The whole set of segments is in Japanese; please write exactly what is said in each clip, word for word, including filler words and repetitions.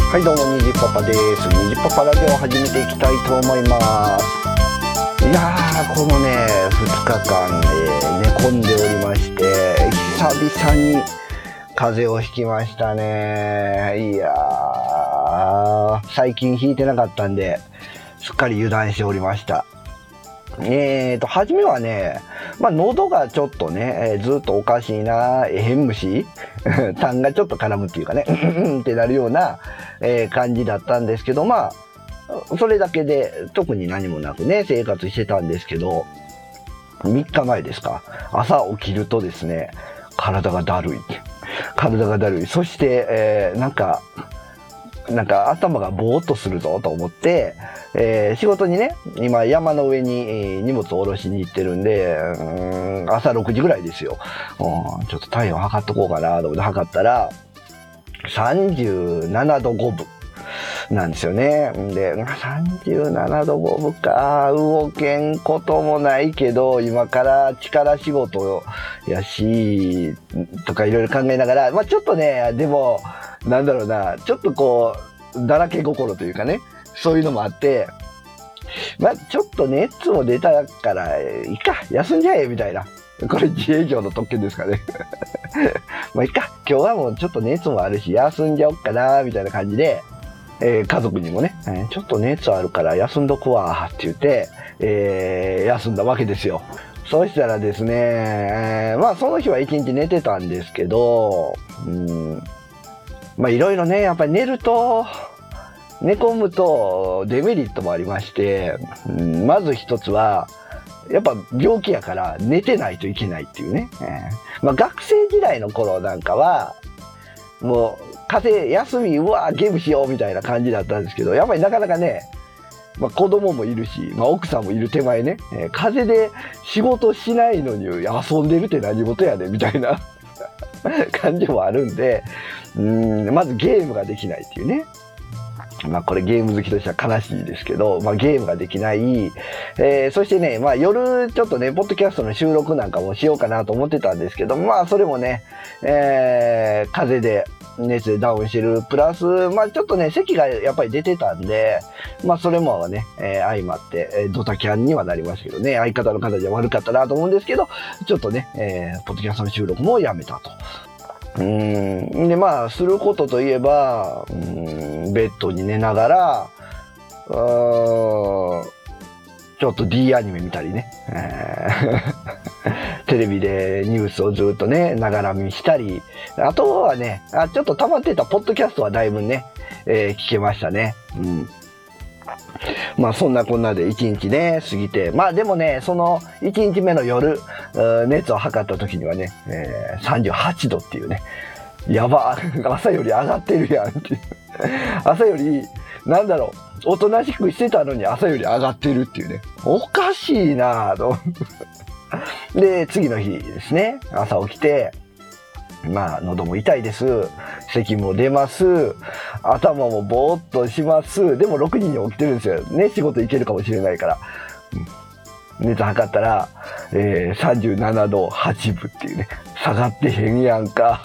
はいどうもにじパパです。にじパパラジオを始めていきたいと思います。いやーこのねふつかかん、えー、寝込んでおりまして、久々に風邪をひきましたね。いやー最近ひいてなかったんですっかり油断しておりました。えーと初めはね、まあ、喉がちょっとね、えー、ずっとおかしいな、えへん虫痰がちょっと絡むっていうかねってなるような、えー、感じだったんですけど、まあそれだけで特に何もなくね生活してたんですけど、みっかまえですか、朝起きるとですね、体がだるい体がだるいそして、えー、なんかなんか頭がぼーっとするぞと思って、えー、仕事にね今山の上に、えー、荷物を下ろしに行ってるんで、うーん朝ろくじぐらいですよ。うん、ちょっと体温測っとこうかなと思って測ったらさんじゅうななどごぶなんですよね。でさんじゅうななどごぶか、動けんこともないけど今から力仕事やしとかいろいろ考えながら、まあちょっとねでもなんだろうな、ちょっとこうだらけ心というかね、そういうのもあって、まあちょっと熱も出たからいいか休んじゃえみたいな、これ自営業の特権ですかねまあいいか今日はもうちょっと熱もあるし休んじゃおっかなみたいな感じで、えー、家族にもね、えー、ちょっと熱あるから休んどくわって言って、えー、休んだわけですよ。そうしたらですね、えー、まあその日は一日寝てたんですけど、うんまあいろいろねやっぱり寝ると寝込むとデメリットもありまして、うん、まず一つはやっぱ病気やから寝てないといけないっていうね、えーまあ、学生時代の頃なんかはもう風邪休みうわゲームしようみたいな感じだったんですけど、やっぱりなかなかね、まあ、子供もいるし、まあ、奥さんもいる手前ね、えー、風邪で仕事しないのに遊んでるって何事やねみたいな感じもあるんで、うーんまずゲームができないっていうね、まあこれゲーム好きとしては悲しいですけど、まあゲームができない、えー、そしてね、まあ夜ちょっとねポッドキャストの収録なんかもしようかなと思ってたんですけど、まあそれもね、えー、風邪で熱でダウンしてるプラス、まあちょっとね咳がやっぱり出てたんで、まあそれもね、えー、相まって、えー、ドタキャンにはなりましたけどね、相方の方じゃ悪かったなと思うんですけど、ちょっとね、えー、ポッドキャストの収録もやめたと。うーんでまあすることといえば、うーんベッドに寝ながらうーんちょっと D アニメ見たりね、えー、テレビでニュースをずっとねながら見したり、あとはねあちょっと溜まってたポッドキャストはだいぶね、えー、聞けましたね。うんまあそんなこんなで一日ね過ぎて、まあでもねそのいちにちめの夜熱を測った時にはね、えー、さんじゅうはちどっていうね、やば朝より上がってるやんっていう朝よりなんだろうおとなしくしてたのに朝より上がってるっていうね、おかしいなぁとで次の日ですね、朝起きてまあ喉も痛いです、咳も出ます、頭もぼーっとします。でもろくじに起きてるんですよね、仕事行けるかもしれないから、うん、熱測ったら、えー、さんじゅうななどはちぶっていうね、下がってへんやんか、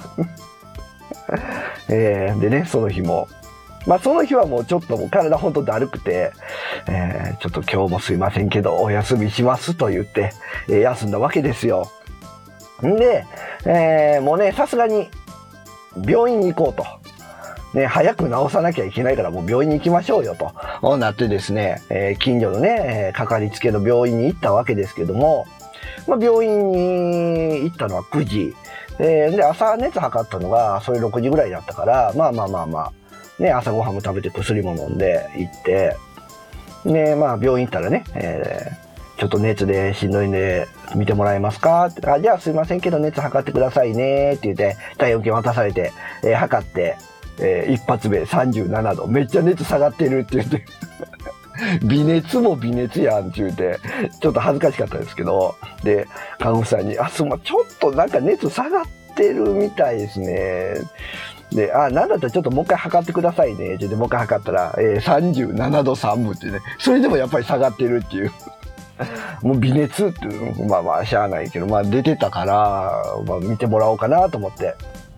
えー、でねその日もまあその日はもうちょっともう体ほんとだるくて、えー、ちょっと今日もすいませんけどお休みしますと言って、えー、休んだわけですよ。んで、えー、もうねさすがに病院に行こうと、ね、早く治さなきゃいけないからもう病院に行きましょうよとなってですね、えー、近所のねかかりつけの病院に行ったわけですけども、まあ、病院に行ったのはくじ、えー、で朝熱測ったのがそれろくじぐらいだったから、まあまあまあまあね朝ごはんも食べて薬も飲んで行って、でまあ病院行ったらね、えーちょっと熱でしんどいんで見てもらえますかって、あじゃあすいませんけど熱測ってくださいねって言って体温計渡されて、えー、測って、えー、一発目さんじゅうななど、めっちゃ熱下がってるって言って微熱も微熱やんって言ってちょっと恥ずかしかったですけど、で看護婦さんにあすまちょっとなんか熱下がってるみたいですね、であなんだったらちょっともう一回測ってくださいねって言ってもう一回測ったら、えー、さんじゅうななどさんぶってね、それでもやっぱり下がってるっていうもう微熱っていうまあまあしゃあないけど、まあ出てたから、まあ、見てもらおうかなと思って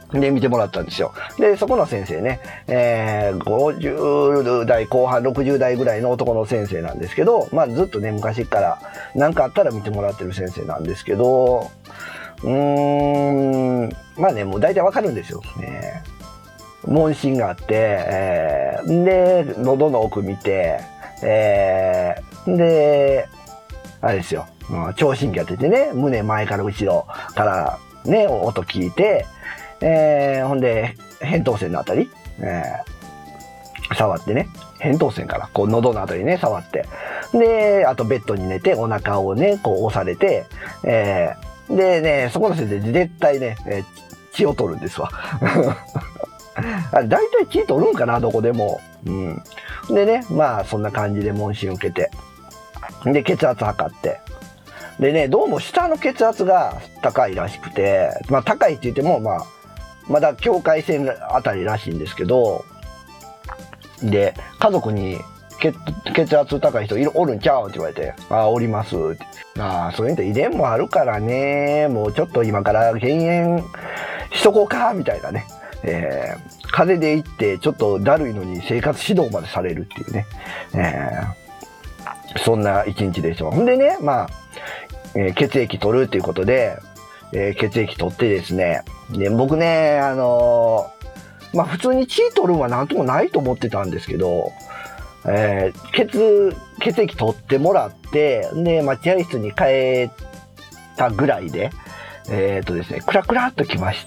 で、見てもらったんですよ。で、そこの先生ね、えー、ごじゅう代後半、ろくじゅう代ぐらいの男の先生なんですけど、まあずっとね、昔から何かあったら見てもらってる先生なんですけど、うーん、まあね、もう大体わかるんですよ。ね、問診があって、えー、で、喉の奥見て、えー、で、あれですよ、うん、聴診器当ててね、胸前から後ろからね、音聞いて、えー、ほんで、扁桃腺のあたり、えー、触ってね、扁桃腺から、こう、喉のあたりね、触って。で、あとベッドに寝て、お腹をね、こう押されて、えー、でね、そこの先生絶対ね、えー、血を取るんですわ。あれ、大体血取るんかな、どこでも。うん。でね、まあ、そんな感じで問診受けて。で、血圧測って。でね、どうも下の血圧が高いらしくて、まあ、高いって言っても、まあ、まだ境界線あたりらしいんですけど、で、家族に血、血圧高い人いるおるんちゃうって言われて、ああ、おりますって。ああ、そういうの遺伝もあるからね、もうちょっと今から減塩しとこうか、みたいなね。えー、風邪で行って、ちょっとだるいのに生活指導までされるっていうね。えー、そんな一日でしょ。ほんでね、まあ、えー、血液取るっていうことで、えー、血液取ってですね、で僕ね、あのー、まあ普通に血取るんはなんともないと思ってたんですけど、えー、血、血液取ってもらって、で、待合室に帰ったぐらいで、えっとですね、クラクラっと来まして、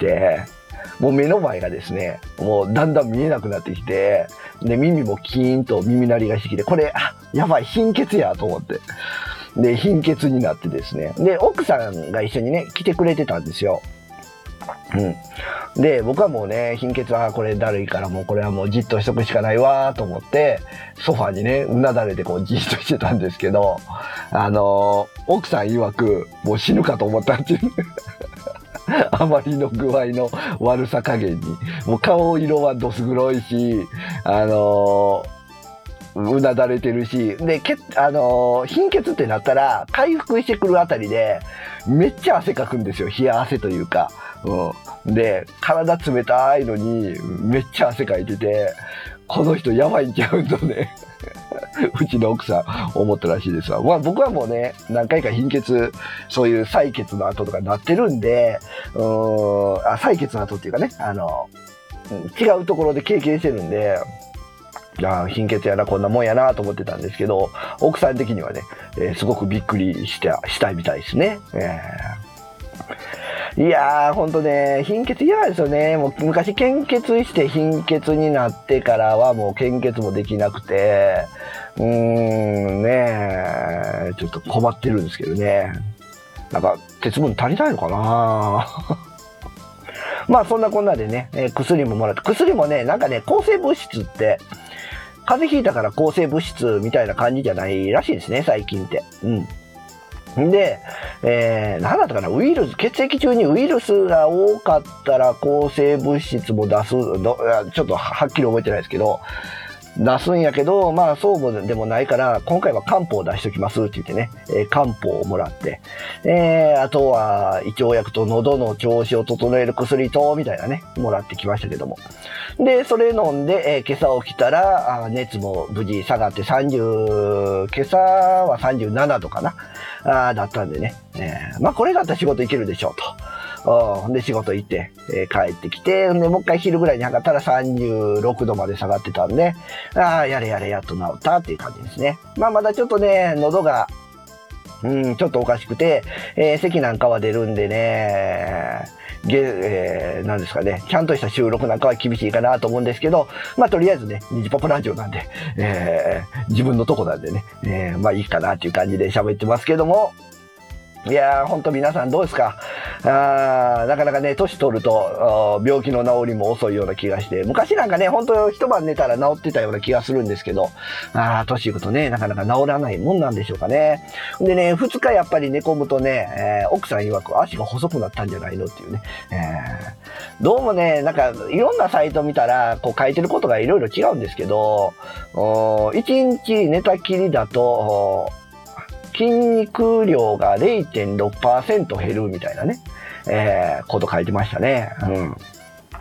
もう目の前がですね、もうだんだん見えなくなってきて、で、耳もキーンと耳鳴りがしてきて、これ、あ、やばい、貧血やと思って。で、貧血になってですね。で、奥さんが一緒にね、来てくれてたんですよ。うん。で、僕はもうね、貧血はこれだるいからもうこれはもうじっとしとくしかないわと思って、ソファにね、うなだれてこうじっとしてたんですけど、あのー、奥さん曰く、もう死ぬかと思ったっていう。あまりの具合の悪さ加減に。もう顔色はどす黒いし、あのー、うなだれてるし、で、けあのー、貧血ってなったら、回復してくるあたりで、めっちゃ汗かくんですよ。冷や汗というか。うん。で、体冷たいのに、めっちゃ汗かいてて、この人やばいんちゃうんとね、うちの奥さん思ったらしいですわ。まあ僕はもうね、何回か貧血、そういう採血の後とかなってるんで、うーん、あ、採血の後っていうかね、あの、違うところで経験してるんで、いや貧血やな、こんなもんやなと思ってたんですけど、奥さん的にはね、えー、すごくびっくりしたしたいみたいですね。えー、いやー、ほんとね、貧血嫌ですよね。もう昔献血して貧血になってからはもう献血もできなくて、うーん、ねちょっと困ってるんですけどね。なんか、鉄分足りないのかなまあそんなこんなでね、えー、薬ももらって、薬もね、なんかね、抗生物質って、風邪ひいたから抗生物質みたいな感じじゃないらしいですね、最近って。うん。で、えー、なんだったかな、ウイルス、血液中にウイルスが多かったら抗生物質も出す、どちょっとはっきり覚えてないですけど、出すんやけど、まあそうでもないから、今回は漢方を出しときますって言ってね、えー、漢方をもらって、えー、あとは胃腸薬と喉の調子を整える薬と、みたいなね、もらってきましたけども。で、それ飲んで、えー、今朝起きたら、あ熱も無事下がってさんじゅう、今朝はさんじゅうななどかな、あだったんでね、えー、まあこれだったら仕事行けるでしょうと。で、仕事行って、えー、帰ってきて、で、もう一回昼ぐらいに測ったらさんじゅうろくどまで下がってたんで、ああ、やれやれやっと治ったっていう感じですね。まあまだちょっとね、喉が、うん、ちょっとおかしくて、えー、咳なんかは出るんでね、げえー、なんですかね、ちゃんとした収録なんかは厳しいかなと思うんですけど、まあとりあえずね、ニジパパラジオなんで、えー、自分のとこなんでね、えー、まあいいかなっていう感じで喋ってますけども、いやー、ほんと皆さんどうですか？あーなかなかね、年取ると、病気の治りも遅いような気がして、昔なんかね、ほんと一晩寝たら治ってたような気がするんですけど、あー年いくとね、なかなか治らないもんなんでしょうかね。でね、二日やっぱり寝込むとね、えー、奥さん曰く足が細くなったんじゃないのっていうね。えー、どうもね、なんかいろんなサイト見たら、こう書いてることがいろいろ違うんですけど、一日寝たきりだと、筋肉量が れいてんろくパーセント 減るみたいなね、えー、こと書いてましたね。うん。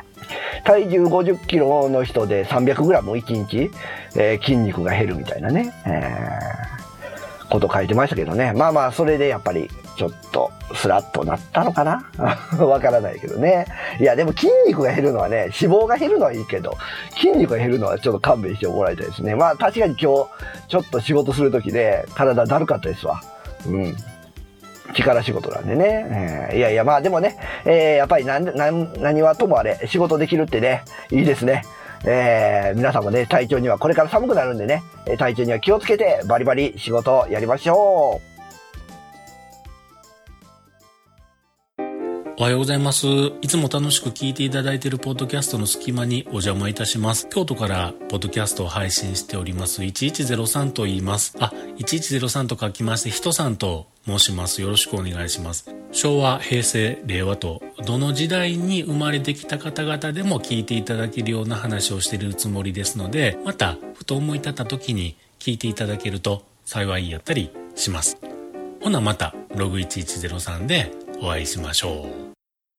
体重ごじゅっキロの人でさんびゃくグラムいちにち、えー、筋肉が減るみたいなね、えー、こと書いてましたけどね。まあまあそれでやっぱりちょっとスラッとなったのかなわからないけどね。いやでも筋肉が減るのはね、脂肪が減るのはいいけど筋肉が減るのはちょっと勘弁してもらいたいですね。まあ確かに今日ちょっと仕事する時で体だるかったですわ。うん、力仕事なんでね、えー、いやいやまあでもね、えー、やっぱり何何はともあれ仕事できるってね、いいですね。えー、皆さんもね、体調にはこれから寒くなるんでね、体調には気をつけてバリバリ仕事やりましょう。 おはようございます。いつも楽しく聞いていただいているポッドキャストの隙間にお邪魔いたします。京都からポッドキャストを配信しておりますいちいちゼロさんと言います。あ、いちいちゼロさんと書きましてひとさんと申します。よろしくお願いします。昭和、平成、令和とどの時代に生まれてきた方々でも聞いていただけるような話をしているつもりですので、またふと思い立った時に聞いていただけると幸いやったりします。ほなまたログいちいちゼロさんでお会いしましょう。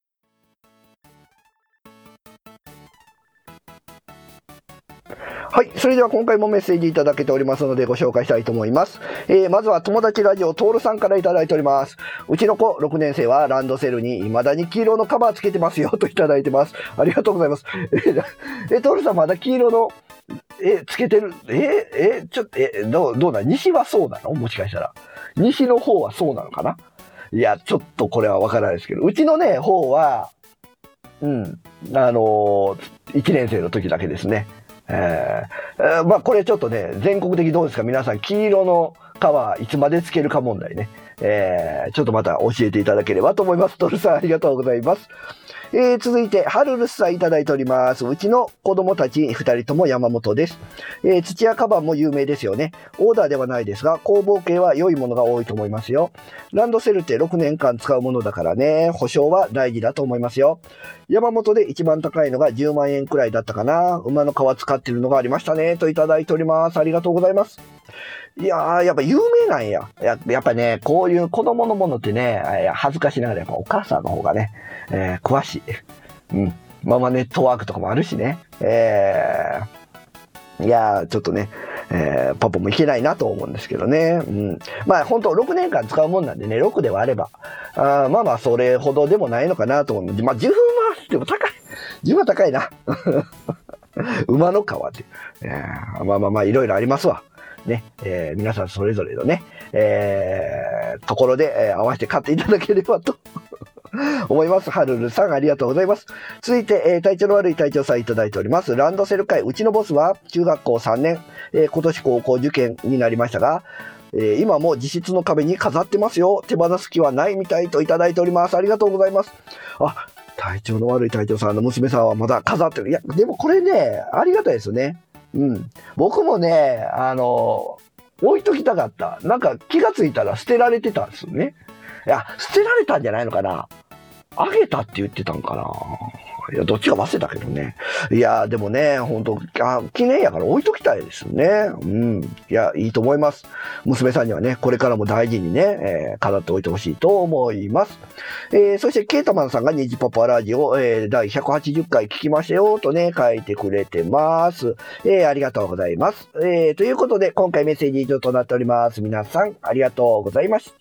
はい。それでは今回もメッセージいただけておりますのでご紹介したいと思います。えー、まずは友達ラジオトールさんからいただいております。うちの子ろくねん生はランドセルに未だに黄色のカバーつけてますよといただいてます。ありがとうございます。え、トールさんまだ黄色の、え、つけてる、え、え、ちょっと、え、どう、どうなの？西はそうなの？もしかしたら。西の方はそうなのかな？いや、ちょっとこれはわからないですけど、うちのね、方は、うん、あのー、いちねん生の時だけですね。えーえー、まあこれちょっとね、全国的どうですか皆さん、黄色のカバーいつまでつけるか問題ね、えー、ちょっとまた教えていただければと思います。トルさんありがとうございます。えー、続いてハルルスさんいただいております。うちの子供たちふたりとも山本です。えー、土屋カバンも有名ですよね。オーダーではないですが工房系は良いものが多いと思いますよ。ランドセルってろくねんかん使うものだからね、保証は大事だと思いますよ。山本で一番高いのがじゅうまんえんくらいだったかな。馬の皮使ってるのがありましたねといただいております。ありがとうございます。いやー、やっぱ有名なんや。や、やっぱね、こういう子供のものってね、恥ずかしながらやっぱお母さんの方がね、えー、詳しい。うん。ママネットワークとかもあるしね。えー、いやー、ちょっとね、えー、パパもいけないなと思うんですけどね。うん。まあ本当ろくねんかん使うもんなんでね、ろくではあれば。あまあまあそれほどでもないのかなと思う。まあじゅうまんでも高い。じゅうまん高いな。馬の皮って。えー、まあまあまあいろいろありますわ。ね、えー、皆さんそれぞれのね、えー、ところで、えー、合わせて買っていただければと思います。はるるさんありがとうございます。続いて、えー、体調の悪い隊長さんいただいております。ランドセル会、うちのボスは中学校さんねん、えー、今年高校受験になりましたが、えー、今も自室の壁に飾ってますよ。手放す気はないみたいといただいております。ありがとうございます。あ、体調の悪い隊長さんの娘さんはまだ飾ってる。いや、でもこれね、ありがたいですよね。うん。僕もね、あの、置いときたかった。なんか気がついたら捨てられてたんですよね。いや、捨てられたんじゃないのかな。あげたって言ってたんかな。いや、どっちか忘れたけどね。いや、でもね、本当あ記念やから置いときたいですよね。うん。いや、いいと思います。娘さんにはね、これからも大事にね、えー、飾っておいてほしいと思います。えー、そして、ケータマンさんがニジパパラジオ、えー、だいひゃくはちじゅっかい聞きましたよ、とね、書いてくれてます。えー、ありがとうございます。えー、ということで、今回メッセージ以上となっております。皆さん、ありがとうございました。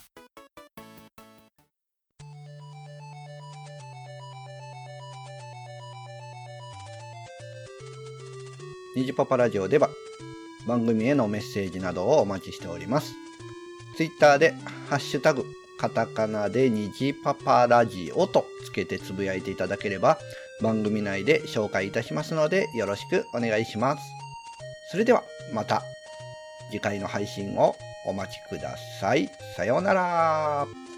ニジパパラジオでは番組へのメッセージなどをお待ちしております。ツイッターでハッシュタグカタカナでニジパパラジオとつけてつぶやいていただければ番組内で紹介いたしますのでよろしくお願いします。それではまた次回の配信をお待ちください。さようなら。